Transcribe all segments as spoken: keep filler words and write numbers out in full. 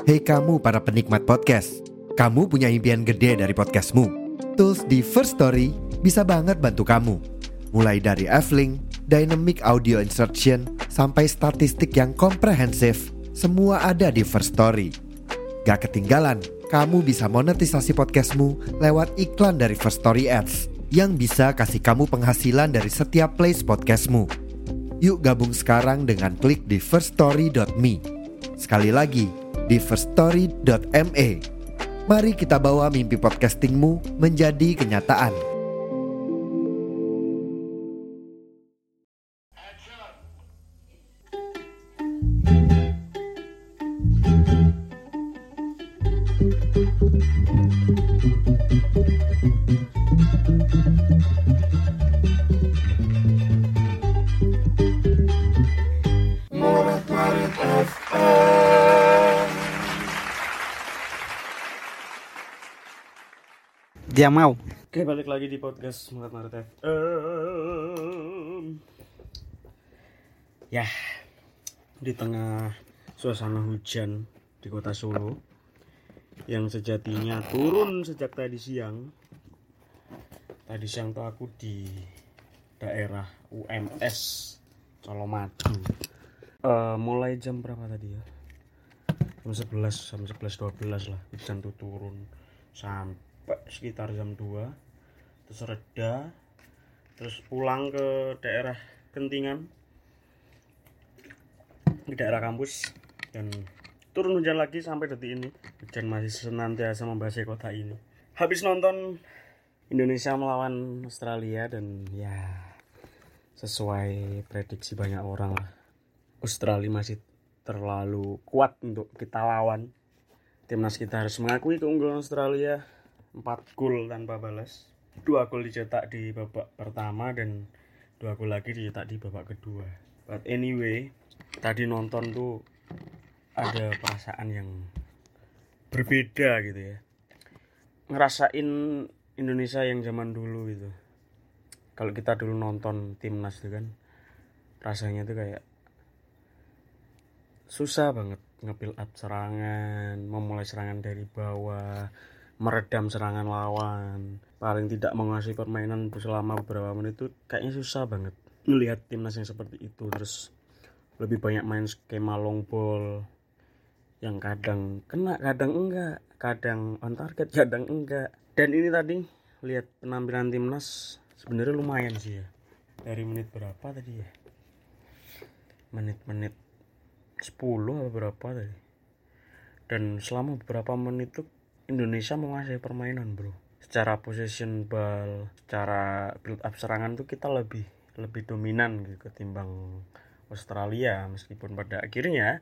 Hei kamu para penikmat podcast, kamu punya impian gede dari podcastmu. Tools di First Story bisa banget bantu kamu. Mulai dari F-Link, Dynamic Audio Insertion, sampai statistik yang komprehensif, semua ada di First Story. Gak ketinggalan, kamu bisa monetisasi podcastmu lewat iklan dari First Story Ads yang bisa kasih kamu penghasilan dari setiap plays podcastmu. Yuk gabung sekarang dengan klik di first story dot me. Sekali lagi, di first story dot me. Mari kita bawa mimpi podcastingmu menjadi kenyataan. Dia mau. Oke, balik lagi di podcast Murat Maret F M. Ya, di tengah suasana hujan di kota Solo yang sejatinya turun sejak tadi siang. Tadi siang tuh aku di daerah U M S Colomadu. Uh, mulai jam berapa tadi ya? Jam sebelas sampai sebelas dua belas lah hujan tuh turun sampai sekitar jam dua, terus reda, terus pulang ke daerah Kentingan, di daerah kampus, dan turun hujan lagi sampai detik ini. Hujan masih senantiasa membasahi kota ini. Habis nonton Indonesia melawan Australia, dan ya sesuai prediksi banyak orang lah, Australia masih terlalu kuat untuk kita lawan. Timnas kita harus mengakui keunggulan Australia. Empat gol tanpa balas, dua gol dicetak di babak pertama dan dua gol lagi dicetak di babak kedua. But anyway, tadi nonton tuh ada perasaan yang berbeda gitu ya, ngerasain Indonesia yang zaman dulu gitu. Kalau kita dulu nonton timnas itu kan rasanya tuh kayak susah banget nge-build up serangan, memulai serangan dari bawah, meredam serangan lawan, paling tidak menguasai permainan selama beberapa menit itu kayaknya susah banget melihat timnas yang seperti itu. Terus lebih banyak main skema long ball yang kadang kena, kadang enggak, kadang on target, kadang enggak. Dan ini tadi lihat penampilan timnas sebenarnya lumayan sih ya. Dari menit berapa tadi ya? Menit-menit sepuluh atau berapa tadi. Dan selama beberapa menit tuh Indonesia menguasai permainan, bro. Secara possession ball, secara build up serangan tuh kita lebih lebih dominan gitu ketimbang Australia, meskipun pada akhirnya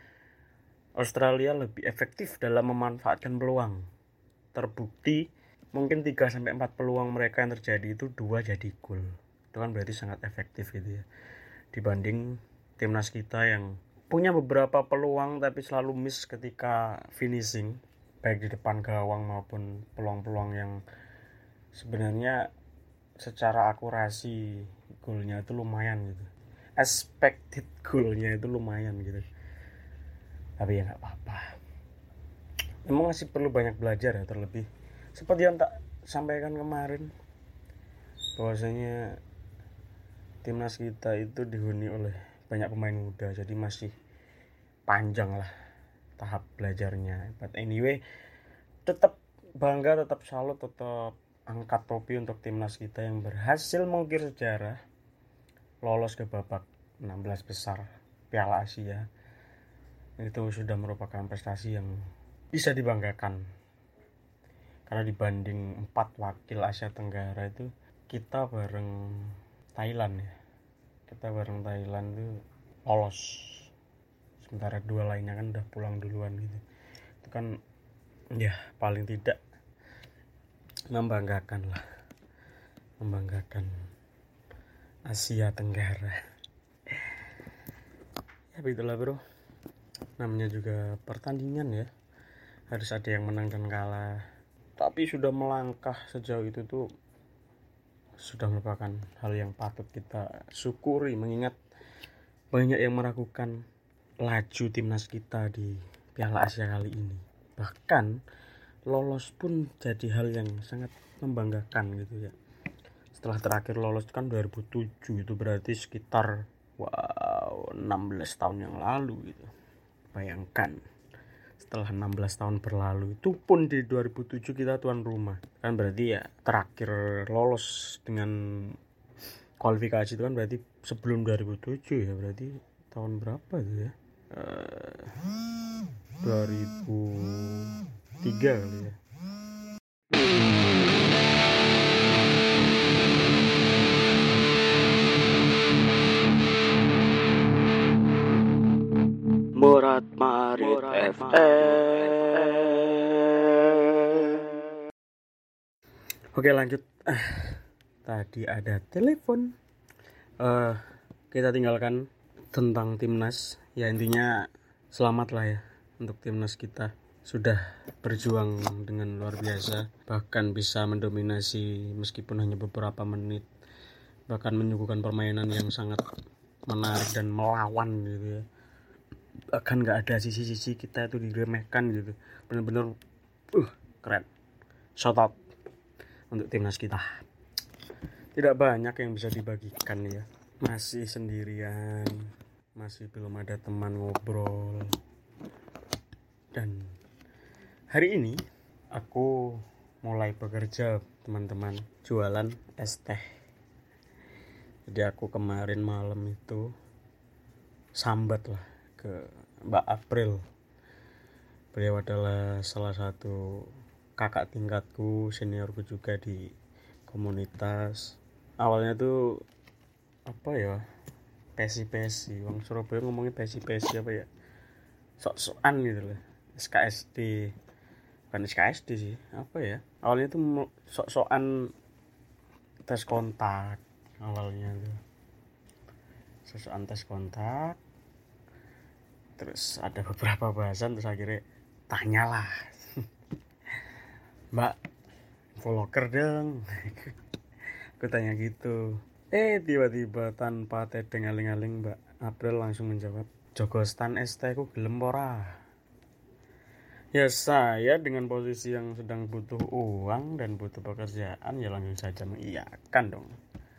Australia lebih efektif dalam memanfaatkan peluang. Terbukti mungkin tiga sampai empat peluang mereka yang terjadi itu dua jadi gol. Itu kan berarti sangat efektif gitu ya. Dibanding timnas kita yang punya beberapa peluang tapi selalu miss ketika finishing, baik di depan gawang maupun peluang-peluang yang sebenarnya secara akurasi golnya itu lumayan gitu, expected golnya itu lumayan gitu. Tapi ya nggak apa-apa, memang masih perlu banyak belajar ya. Terlebih seperti yang tak sampaikan kemarin, bahwasanya timnas kita itu dihuni oleh banyak pemain muda, jadi masih panjang lah tahap belajarnya. But anyway, tetap bangga, tetap salut, tetap angkat topi untuk timnas kita yang berhasil mengukir sejarah, lolos ke babak enam belas besar Piala Asia. Itu sudah merupakan prestasi yang bisa dibanggakan, karena dibanding empat wakil Asia Tenggara itu kita bareng Thailand ya, kita bareng Thailand itu lolos, sementara dua lainnya kan udah pulang duluan gitu. Itu kan ya paling tidak membanggakan lah, membanggakan Asia Tenggara. Ya begitulah bro, namanya juga pertandingan ya, harus ada yang menang dan kalah. Tapi sudah melangkah sejauh itu tuh sudah merupakan hal yang patut kita syukuri, mengingat banyak yang meragukan laju timnas kita di Piala Asia kali ini. Bahkan lolos pun jadi hal yang sangat membanggakan gitu ya. Setelah terakhir lolos kan dua ribu tujuh, itu berarti sekitar wow enam belas tahun yang lalu gitu. Bayangkan setelah enam belas tahun berlalu, itu pun di dua ribu tujuh kita tuan rumah. Kan berarti ya terakhir lolos dengan kualifikasi itu kan berarti sebelum dua ribu tujuh ya, berarti tahun berapa itu ya? Uh, dua ribu tiga kali ya. Murad Marit F M. Oke lanjut. Ah, tadi ada telepon. Uh, kita tinggalkan tentang timnas. Ya intinya selamat lah ya untuk timnas kita. Sudah berjuang dengan luar biasa. Bahkan bisa mendominasi meskipun hanya beberapa menit. Bahkan menyuguhkan permainan yang sangat menarik dan melawan gitu ya. Bahkan gak ada sisi-sisi kita itu diremehkan gitu. Bener-bener uh, keren. Shout out untuk timnas kita. Tidak banyak yang bisa dibagikan ya. Masih sendirian, masih belum ada teman ngobrol. Dan hari ini aku mulai bekerja teman-teman, jualan es teh. Jadi aku kemarin malam itu sambat lah ke Mbak April. Beliau adalah salah satu kakak tingkatku, seniorku juga di komunitas. Awalnya tuh apa ya, pesi-pesi, Wong Surabaya ngomongnya pesi-pesi apa ya, sok-sokan gitu lah, S K S D, bukan S K S D sih, apa ya, awalnya tuh sok-sokan tes kontak. Awalnya tuh sok-sokan tes kontak, terus ada beberapa bahasan, terus akhirnya tanyalah, Mbak vlogger dong. Aku tanya gitu. Eh tiba-tiba tanpa tedeng aling-aling Mbak April langsung menjawab, jogostan es teh ku gelem ora. Ya saya dengan posisi yang sedang butuh uang dan butuh pekerjaan ya langsung saja mengiyakan dong,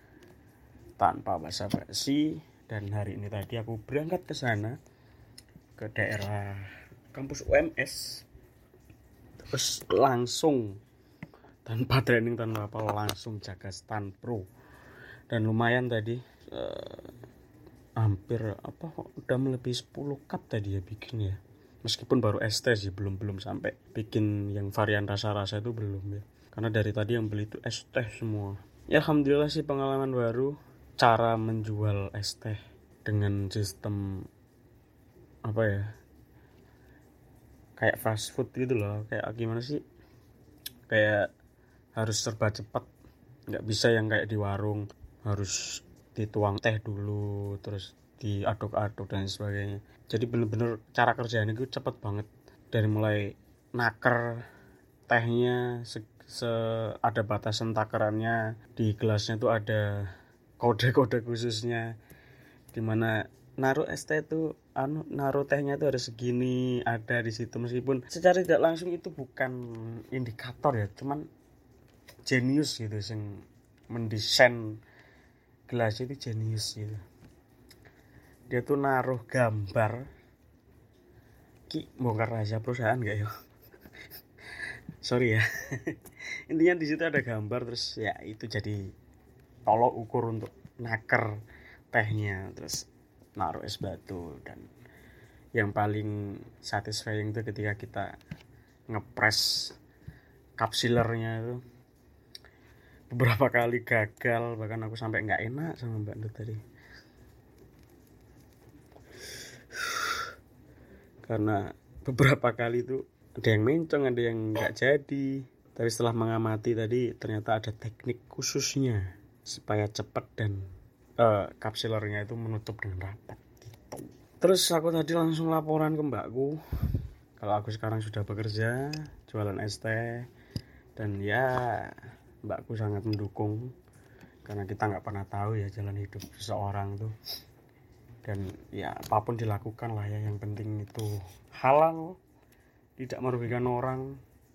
tanpa basa-basi. Dan hari ini tadi aku berangkat ke sana, ke daerah kampus U M S, terus langsung tanpa training tanpa apa langsung jaga stand pro. Dan lumayan tadi eh, hampir apa udah melebihi sepuluh cup tadi ya bikin ya. Meskipun baru es teh sih, belum belum sampai bikin yang varian rasa-rasa itu belum ya. Karena dari tadi yang beli itu es teh semua. Ya alhamdulillah sih pengalaman baru, cara menjual es teh dengan sistem apa ya, kayak fast food gitu loh. Kayak gimana sih, kayak harus serba cepat, nggak bisa yang kayak di warung harus dituang teh dulu terus diaduk-aduk dan sebagainya. Jadi bener-bener cara kerjaan itu cepet banget. Dari mulai naker tehnya se, se ada batasan takarannya, di gelasnya tuh ada kode-kode khususnya, dimana naruh es teh itu anu naruh tehnya itu harus segini, ada di situ. Meskipun secara tidak langsung itu bukan indikator ya, cuman jenius gitu sing mendesain gelas itu, jenius gitu. Dia tuh naruh gambar, ki bongkar rahasia perusahaan gak ya? Sorry ya. Intinya di situ ada gambar, terus ya itu jadi tolok ukur untuk naker tehnya, terus naruh es batu. Dan yang paling satisfying itu ketika kita ngepres kapsilernya itu. Beberapa kali gagal, bahkan aku sampai nggak enak sama Mbak Nur tadi, karena beberapa kali itu ada yang mencong, ada yang nggak jadi. Tapi setelah mengamati tadi ternyata ada teknik khususnya supaya cepat dan uh, kapsilernya itu menutup dengan rapat gitu. Terus aku tadi langsung laporan ke mbakku kalau aku sekarang sudah bekerja jualan es teh, dan ya mbakku sangat mendukung, karena kita nggak pernah tahu ya jalan hidup seseorang tuh. Dan ya apapun dilakukan lah ya, yang penting itu halal, tidak merugikan orang,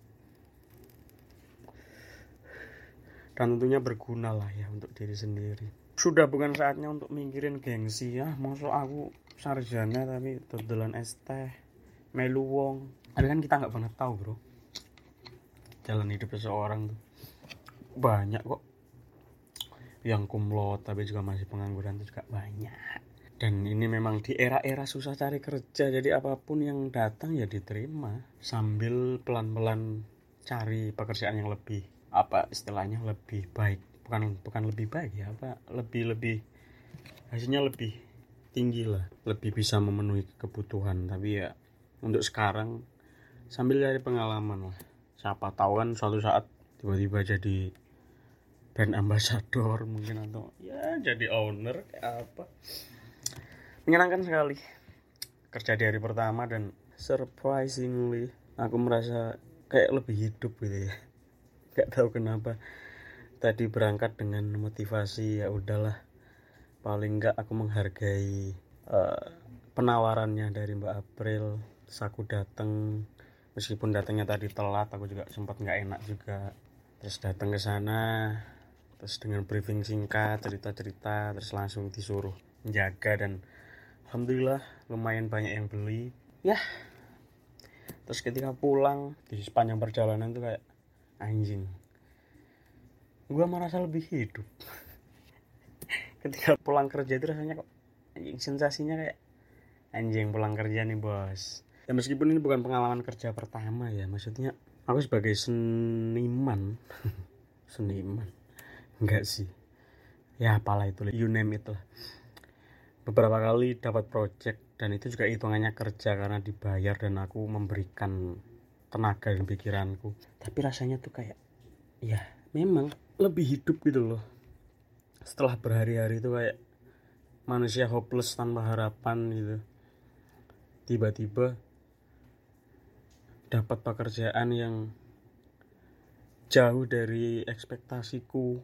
dan tentunya berguna lah ya untuk diri sendiri. Sudah bukan saatnya untuk mikirin gengsi ya, maksud aku sarjana tapi dodolan es teh melu wong. Tapi kan kita nggak pernah tahu bro, jalan hidup seseorang tuh banyak kok yang kumlot tapi juga masih pengangguran itu juga banyak. Dan ini memang di era-era susah cari kerja, jadi apapun yang datang ya diterima sambil pelan-pelan cari pekerjaan yang lebih apa istilahnya lebih baik, bukan bukan lebih baik ya apa lebih lebih hasilnya lebih tinggi lah, lebih bisa memenuhi kebutuhan. Tapi ya untuk sekarang sambil cari pengalaman lah, siapa tahu kan suatu saat tiba-tiba jadi brand ambassador mungkin, atau ya jadi owner kayak apa. Menyenangkan sekali kerja di hari pertama, dan surprisingly aku merasa kayak lebih hidup gitu ya. Gak tahu kenapa tadi berangkat dengan motivasi ya udahlah, paling enggak aku menghargai uh, penawarannya dari Mbak April. Terus aku datang, meskipun datangnya tadi telat, aku juga sempat nggak enak juga. Terus datang ke sana, terus dengan briefing singkat, cerita-cerita, terus langsung disuruh menjaga, dan alhamdulillah lumayan banyak yang beli. Ya, terus ketika pulang di sepanjang perjalanan tuh kayak anjing, gue merasa lebih hidup. Ketika pulang kerja itu rasanya kok anjing, sensasinya kayak anjing pulang kerja nih bos. Ya meskipun ini bukan pengalaman kerja pertama ya, maksudnya aku sebagai seniman seniman enggak sih ya apalah itu, you name it lah, beberapa kali dapat project, dan itu juga hitungannya kerja karena dibayar dan aku memberikan tenaga dan pikiranku. Tapi rasanya tuh kayak ya memang lebih hidup gitu loh. Setelah berhari-hari itu kayak manusia hopeless tanpa harapan gitu, tiba-tiba dapat pekerjaan yang jauh dari ekspektasiku,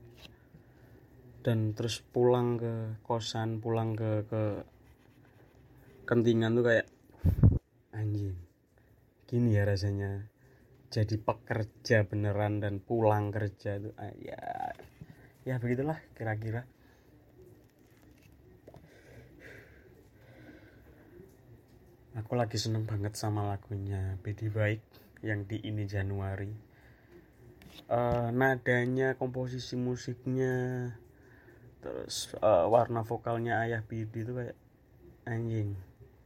dan terus pulang ke kosan, pulang ke ke kentingan tuh kayak anjing, gini ya rasanya jadi pekerja beneran dan pulang kerja tuh ya ya begitulah kira-kira. Aku lagi seneng banget sama lagunya Bedi Baik yang di Ini Januari. Uh, nadanya, komposisi musiknya, terus uh, warna vokalnya Ayah Bidi itu kayak anjing,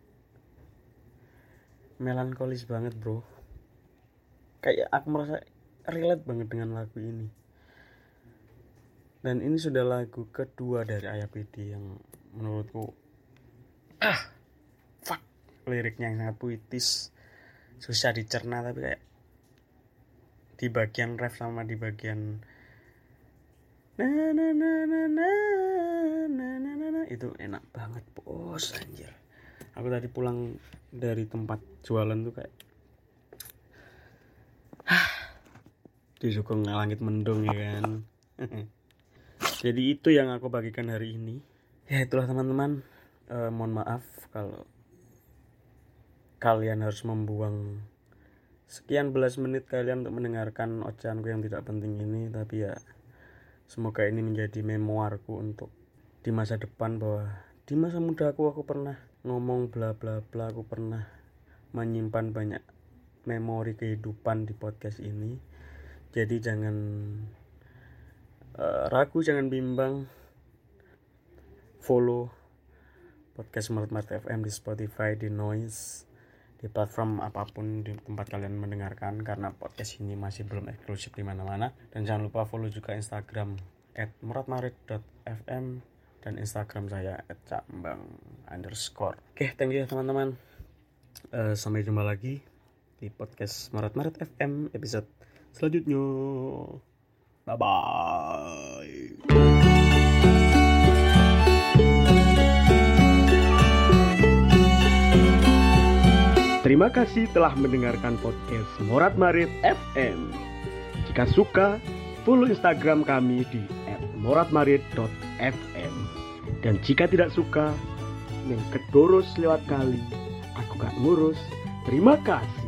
melankolis banget bro. Kayak aku merasa relate banget dengan lagu ini. Dan ini sudah lagu kedua dari Ayah Bidi yang menurutku ah fuck, liriknya yang sangat puitis, susah dicerna, tapi kayak di bagian ref sama di bagian na na na na na na na na, na itu enak banget bos anjir. Aku tadi pulang dari tempat jualan tuh kayak disukung langit mendung ya kan. Jadi itu yang aku bagikan hari ini. Ya itulah teman-teman, eh, mohon maaf kalau kalian harus membuang sekian belas menit kalian untuk mendengarkan ocehanku yang tidak penting ini. Tapi ya semoga ini menjadi memoirku untuk di masa depan, bahwa di masa mudaku aku pernah ngomong bla bla bla, aku pernah menyimpan banyak memori kehidupan di podcast ini. Jadi jangan uh, ragu, jangan bimbang, follow podcast Smart Mart F M di Spotify, di Noise, di platform apapun di tempat kalian mendengarkan, karena podcast ini masih belum eksklusif di mana-mana. Dan jangan lupa follow juga Instagram at muratmarit dot f m dan Instagram saya at cambang underscore. Oke, thank you teman-teman. Uh, sampai jumpa lagi di podcast Murat Marit F M episode selanjutnya. Bye bye. Terima kasih telah mendengarkan podcast Murat Marit F M. Jika suka, follow Instagram kami di at muratmarit dot f m. Dan jika tidak suka, yang kedurus lewat kali, aku gak ngurus. Terima kasih.